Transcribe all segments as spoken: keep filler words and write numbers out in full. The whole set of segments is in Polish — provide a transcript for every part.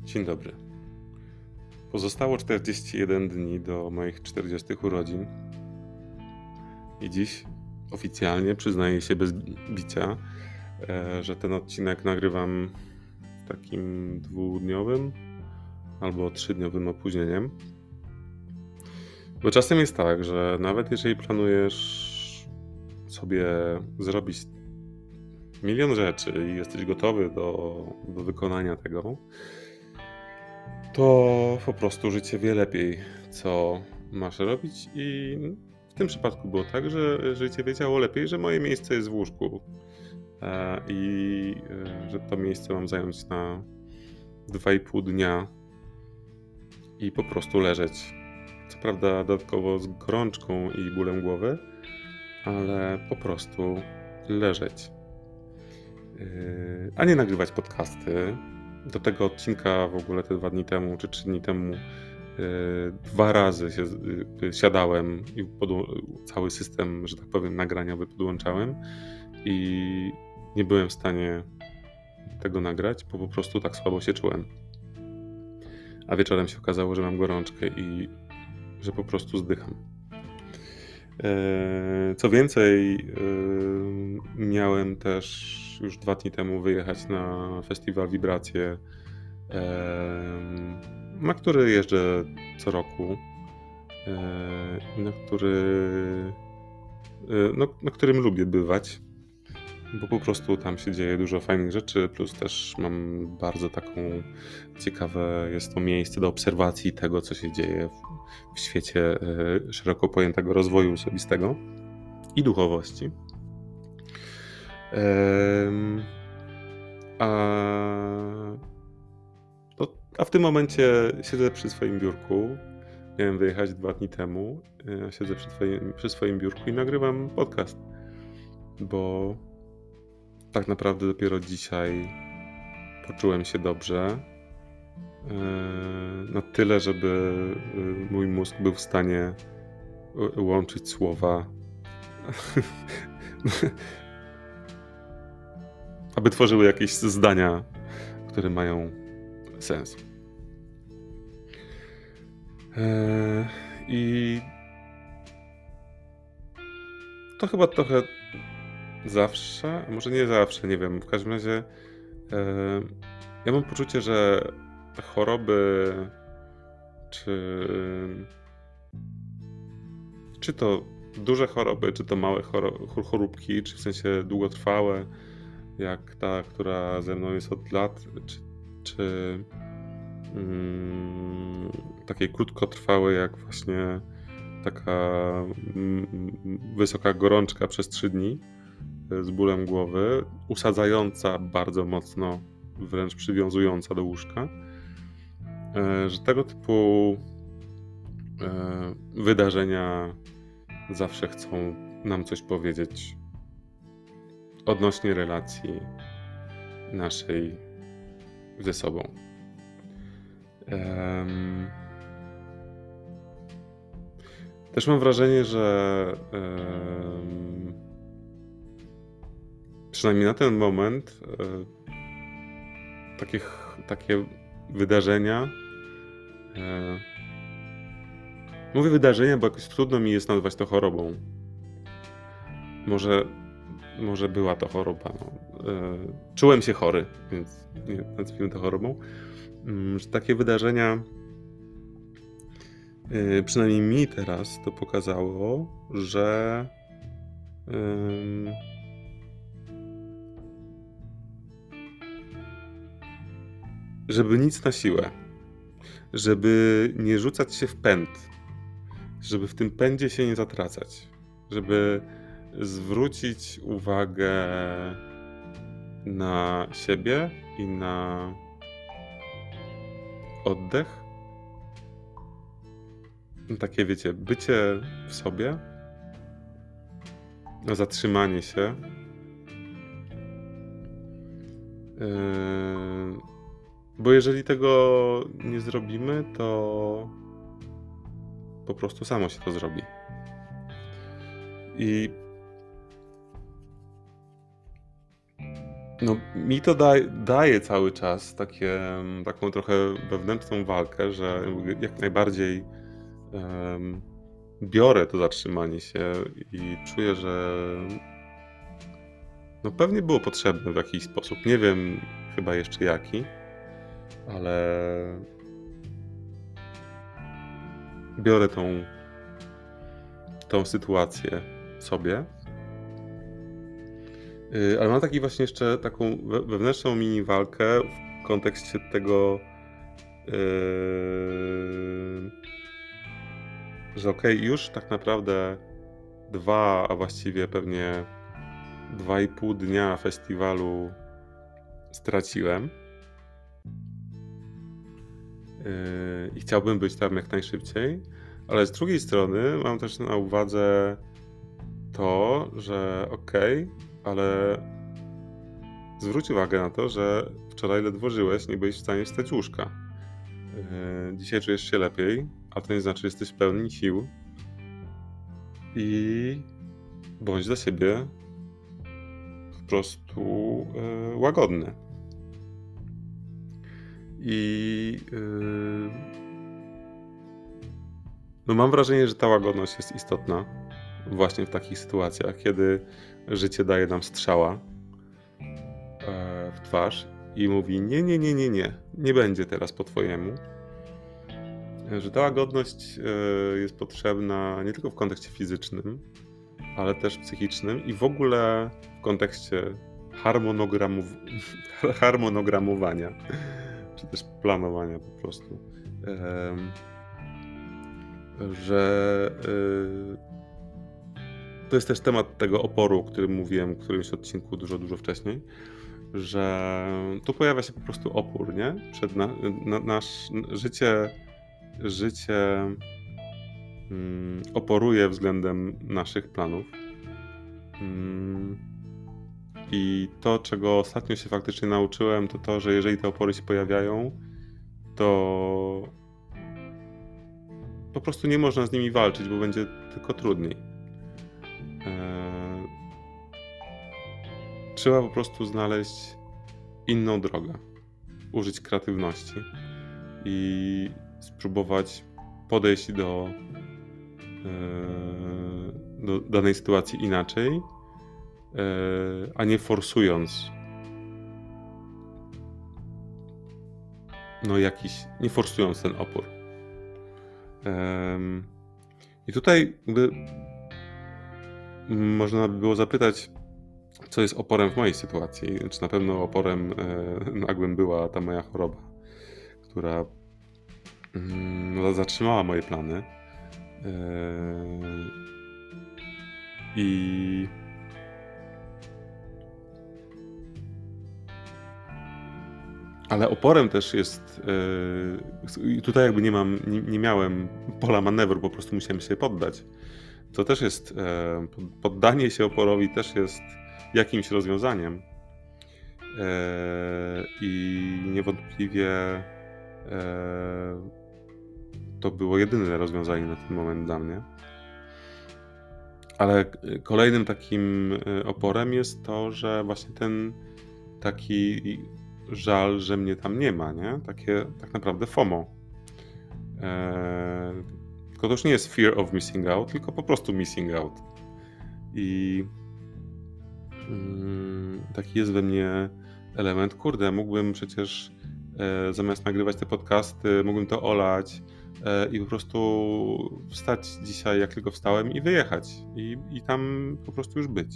Dzień dobry. Pozostało czterdzieści jeden dni do moich czterdziestych urodzin i dziś oficjalnie przyznaję się bez bicia, e, że ten odcinek nagrywam z takim dwudniowym albo trzydniowym opóźnieniem. Bo czasem jest tak, że nawet jeżeli planujesz sobie zrobić milion rzeczy i jesteś gotowy do, do wykonania tego, to po prostu życie wie lepiej, co masz robić, i w tym przypadku było tak, że życie wiedziało lepiej, że moje miejsce jest w łóżku e, i e, że to miejsce mam zająć na dwa i pół dnia i po prostu leżeć. Co prawda dodatkowo z gorączką i bólem głowy, ale po prostu leżeć. E, a nie nagrywać podcasty. Do tego odcinka w ogóle te dwa dni temu, czy trzy dni temu yy, dwa razy się yy, siadałem i podło- cały system, że tak powiem, nagraniowy podłączałem i nie byłem w stanie tego nagrać, bo po prostu tak słabo się czułem. A wieczorem się okazało, że mam gorączkę i że po prostu zdycham. Yy, co więcej, yy, miałem też już dwa dni temu wyjechać na festiwal Wibracje, na który jeżdżę co roku i na który, no, na którym lubię bywać, bo po prostu tam się dzieje dużo fajnych rzeczy, plus też mam bardzo taką ciekawe, jest to miejsce do obserwacji tego, co się dzieje w, w świecie szeroko pojętego rozwoju osobistego i duchowości. A, no, a w tym momencie siedzę przy swoim biurku. Miałem wyjechać dwa dni temu. A siedzę przy, twoim, przy swoim biurku i nagrywam podcast. Bo tak naprawdę dopiero dzisiaj poczułem się dobrze. Na tyle, żeby mój mózg był w stanie łączyć słowa. Aby tworzyły jakieś zdania, które mają sens. Eee, I to chyba trochę zawsze, a może nie zawsze, nie wiem. W każdym razie eee, ja mam poczucie, że te choroby, czy, czy to duże choroby, czy to małe choro- choróbki, czy w sensie długotrwałe, jak ta, która ze mną jest od lat, czy, czy mm, takie krótkotrwałe, jak właśnie taka mm, wysoka gorączka przez trzy dni z bólem głowy, usadzająca bardzo mocno, wręcz przywiązująca do łóżka, że tego typu wydarzenia zawsze chcą nam coś powiedzieć odnośnie relacji naszej ze sobą. Um, też mam wrażenie, że um, przynajmniej na ten moment um, takie, takie wydarzenia, um, mówię wydarzenia, bo jakoś trudno mi jest nazwać to chorobą. Może Może była to choroba. No. Czułem się chory, więc nie nazwijmy to chorobą. Że takie wydarzenia, przynajmniej mi teraz to pokazało, że żeby nic na siłę, żeby nie rzucać się w pęd, żeby w tym pędzie się nie zatracać, żeby zwrócić uwagę na siebie i na oddech. Takie, wiecie, bycie w sobie, zatrzymanie się. Yy, bo jeżeli tego nie zrobimy, to po prostu samo się to zrobi. I No, mi to daj daje cały czas takie taką trochę wewnętrzną walkę, że jak najbardziej, em, biorę to zatrzymanie się i czuję, że no pewnie było potrzebne w jakiś sposób. Nie wiem chyba jeszcze jaki, ale biorę tą tą sytuację sobie. Yy, ale mam taki właśnie jeszcze taką we wewnętrzną mini walkę w kontekście tego, yy, że okej, już tak naprawdę dwa, a właściwie pewnie dwa i pół dnia festiwalu straciłem. Yy, I chciałbym być tam jak najszybciej, ale z drugiej strony mam też na uwadze to, że okej, ale zwróć uwagę na to, że wczoraj ledwo żyłeś, nie byłeś w stanie wstać z łóżka. Yy, dzisiaj czujesz się lepiej, a to nie znaczy, że jesteś pełny sił. I bądź dla siebie po prostu yy, łagodny. I yy, no mam wrażenie, że ta łagodność jest istotna właśnie w takich sytuacjach, kiedy życie daje nam strzała e, w twarz i mówi nie, nie, nie, nie, nie, nie będzie teraz po twojemu. E, Że ta łagodność e, jest potrzebna nie tylko w kontekście fizycznym, ale też psychicznym i w ogóle w kontekście harmonogramów, harmonogramowania, czy też planowania po prostu. Em, że y, to jest też temat tego oporu, o którym mówiłem w którymś odcinku dużo, dużo wcześniej, że tu pojawia się po prostu opór, nie? Przed na, na, nasz życie, życie mm, oporuje względem naszych planów. Mm, I to, czego ostatnio się faktycznie nauczyłem, to to, że jeżeli te opory się pojawiają, to po prostu nie można z nimi walczyć, bo będzie tylko trudniej. Eee, Trzeba po prostu znaleźć inną drogę, użyć kreatywności i spróbować podejść do, eee, do danej sytuacji inaczej, eee, a nie forsując no jakiś, nie forsując ten opór. Em, I tutaj jakby można by było zapytać, co jest oporem w mojej sytuacji. Czy na pewno oporem e, nagłym była ta moja choroba, która mm, no, zatrzymała moje plany. E, I ale oporem też jest. e, I tutaj jakby nie mam, nie, nie miałem pola manewru, po prostu musiałem się poddać. To też jest. e, Poddanie się oporowi też jest jakimś rozwiązaniem. E, I niewątpliwie e, to było jedyne rozwiązanie na ten moment dla mnie. Ale k- kolejnym takim e, oporem jest to, że właśnie ten taki żal, że mnie tam nie ma, nie? Takie tak naprawdę FOMO. E, Tylko to już nie jest fear of missing out, tylko po prostu missing out. I mm, taki jest we mnie element, kurde, mógłbym przecież e, zamiast nagrywać te podcasty, mógłbym to olać e, i po prostu wstać dzisiaj, jak tylko wstałem i wyjechać i, i tam po prostu już być.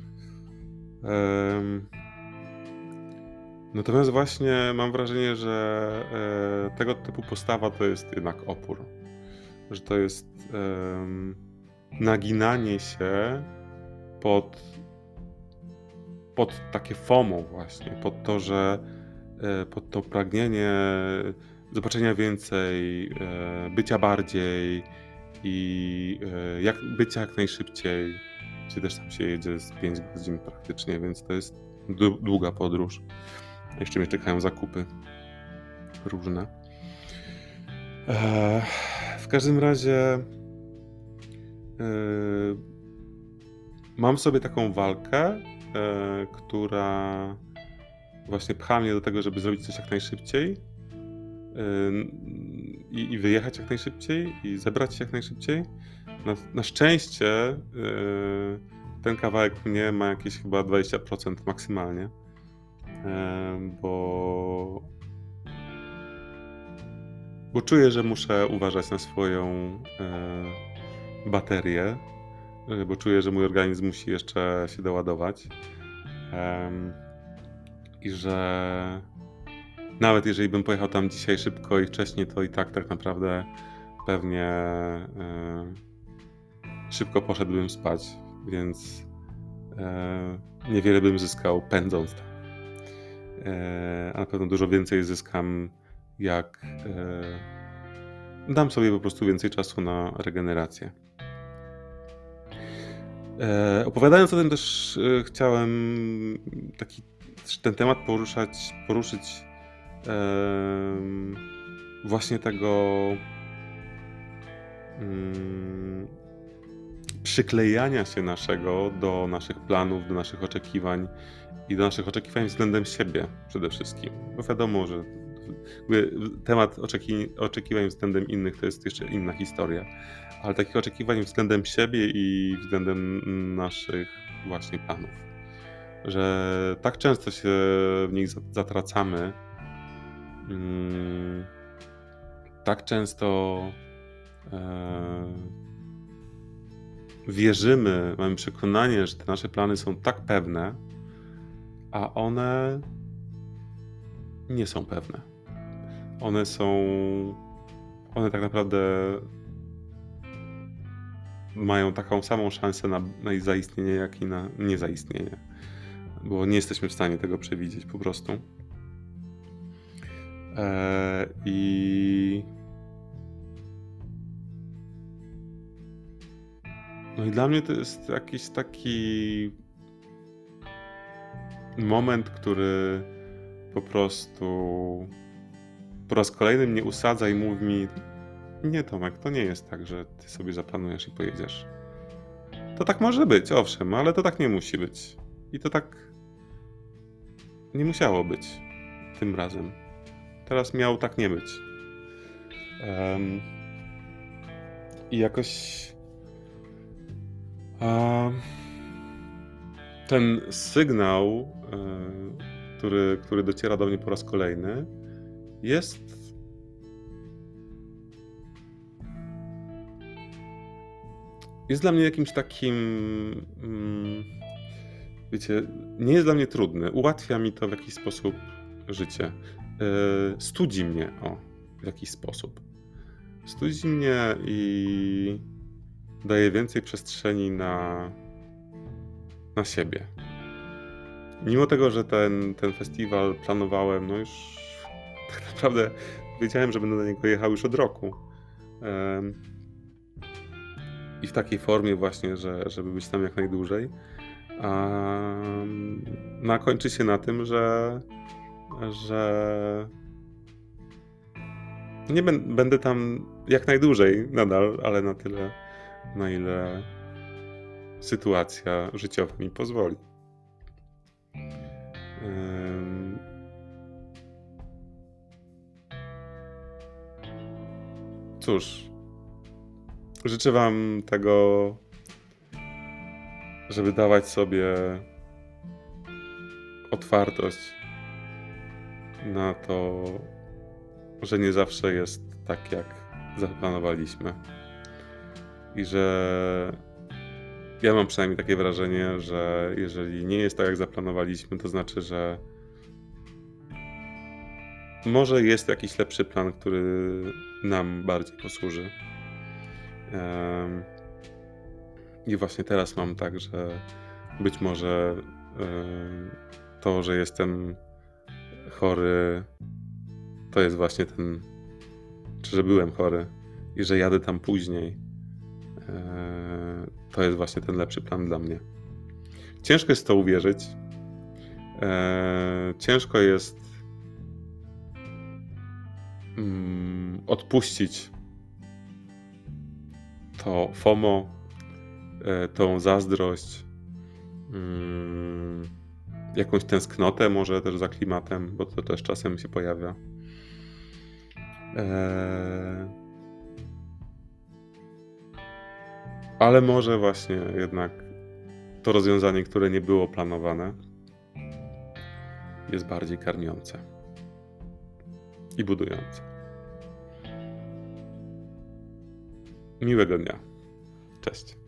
Em, Natomiast właśnie mam wrażenie, że e, tego typu postawa to jest jednak opór. Że to jest em, naginanie się pod, pod takie FOMO właśnie, pod to, że e, pod to pragnienie zobaczenia więcej, e, bycia bardziej i e, jak, bycia jak najszybciej. Czy też tam się jedzie z pięć godzin praktycznie, więc to jest dłu- długa podróż. Jeszcze mnie czekają zakupy różne. Eee, w każdym razie eee, mam w sobie taką walkę, eee, która właśnie pcha mnie do tego, żeby zrobić coś jak najszybciej ym, i, i wyjechać jak najszybciej i zebrać się jak najszybciej. Na, na szczęście yy, ten kawałek mnie ma jakieś chyba dwadzieścia procent maksymalnie, yy, bo, bo czuję, że muszę uważać na swoją yy, baterię, yy, bo czuję, że mój organizm musi jeszcze się doładować. Yy, I że nawet jeżeli bym pojechał tam dzisiaj szybko i wcześniej, to i tak tak naprawdę pewnie yy, szybko poszedłbym spać, więc yy, niewiele bym zyskał pędząc tam. Yy, a na pewno dużo więcej zyskam, jak yy, dam sobie po prostu więcej czasu na regenerację. Yy, opowiadając o tym też yy, chciałem taki ten temat poruszać, poruszyć yy, właśnie tego yy, przyklejania się naszego do naszych planów, do naszych oczekiwań i do naszych oczekiwań względem siebie przede wszystkim. Bo wiadomo, że temat oczeki, oczekiwań względem innych to jest jeszcze inna historia, ale takich oczekiwań względem siebie i względem naszych właśnie planów. Że tak często się w nich zatracamy, hmm, tak często e, wierzymy, mamy przekonanie, że te nasze plany są tak pewne, a one nie są pewne. One są, one tak naprawdę mają taką samą szansę na, na ich zaistnienie, jak i na niezaistnienie. Bo nie jesteśmy w stanie tego przewidzieć po prostu. Eee, I no i dla mnie to jest jakiś taki moment, który po prostu po raz kolejny mnie usadza i mówi mi: nie, Tomek, to nie jest tak, że ty sobie zaplanujesz i pojedziesz. To tak może być, owszem, ale to tak nie musi być. I to tak nie musiało być tym razem. Teraz miało tak nie być. Um, I jakoś um, ten sygnał, um, który, który dociera do mnie po raz kolejny, jest jest dla mnie jakimś takim, um, wiecie, nie jest dla mnie trudny. Ułatwia mi to w jakiś sposób życie. Yy, studzi mnie, o, w jakiś sposób. Studzi mnie i daje więcej przestrzeni na, na siebie. Mimo tego, że ten, ten festiwal planowałem, no już tak naprawdę wiedziałem, że będę na niego jechał już od roku. Yy, I w takiej formie właśnie, że, żeby być tam jak najdłużej. A no, kończy się na tym, że, że nie b- będę tam jak najdłużej nadal, ale na tyle, na ile sytuacja życiowa mi pozwoli. Ym... Cóż, życzę wam tego, żeby dawać sobie otwartość na to, że nie zawsze jest tak, jak zaplanowaliśmy. I że ja mam przynajmniej takie wrażenie, że jeżeli nie jest tak, jak zaplanowaliśmy, to znaczy, że może jest jakiś lepszy plan, który nam bardziej posłuży. Um, I właśnie teraz mam tak, że być może um, to, że jestem chory, to jest właśnie ten, czy że byłem chory i że jadę tam później, e, to jest właśnie ten lepszy plan dla mnie. Ciężko jest w to uwierzyć. E, ciężko jest mm, odpuścić to FOMO, e, tą zazdrość, mm, jakąś tęsknotę może też za klimatem, bo to też czasem się pojawia. Eee... Ale może właśnie jednak to rozwiązanie, które nie było planowane, jest bardziej karmiące i budujące. Miłego dnia. Cześć.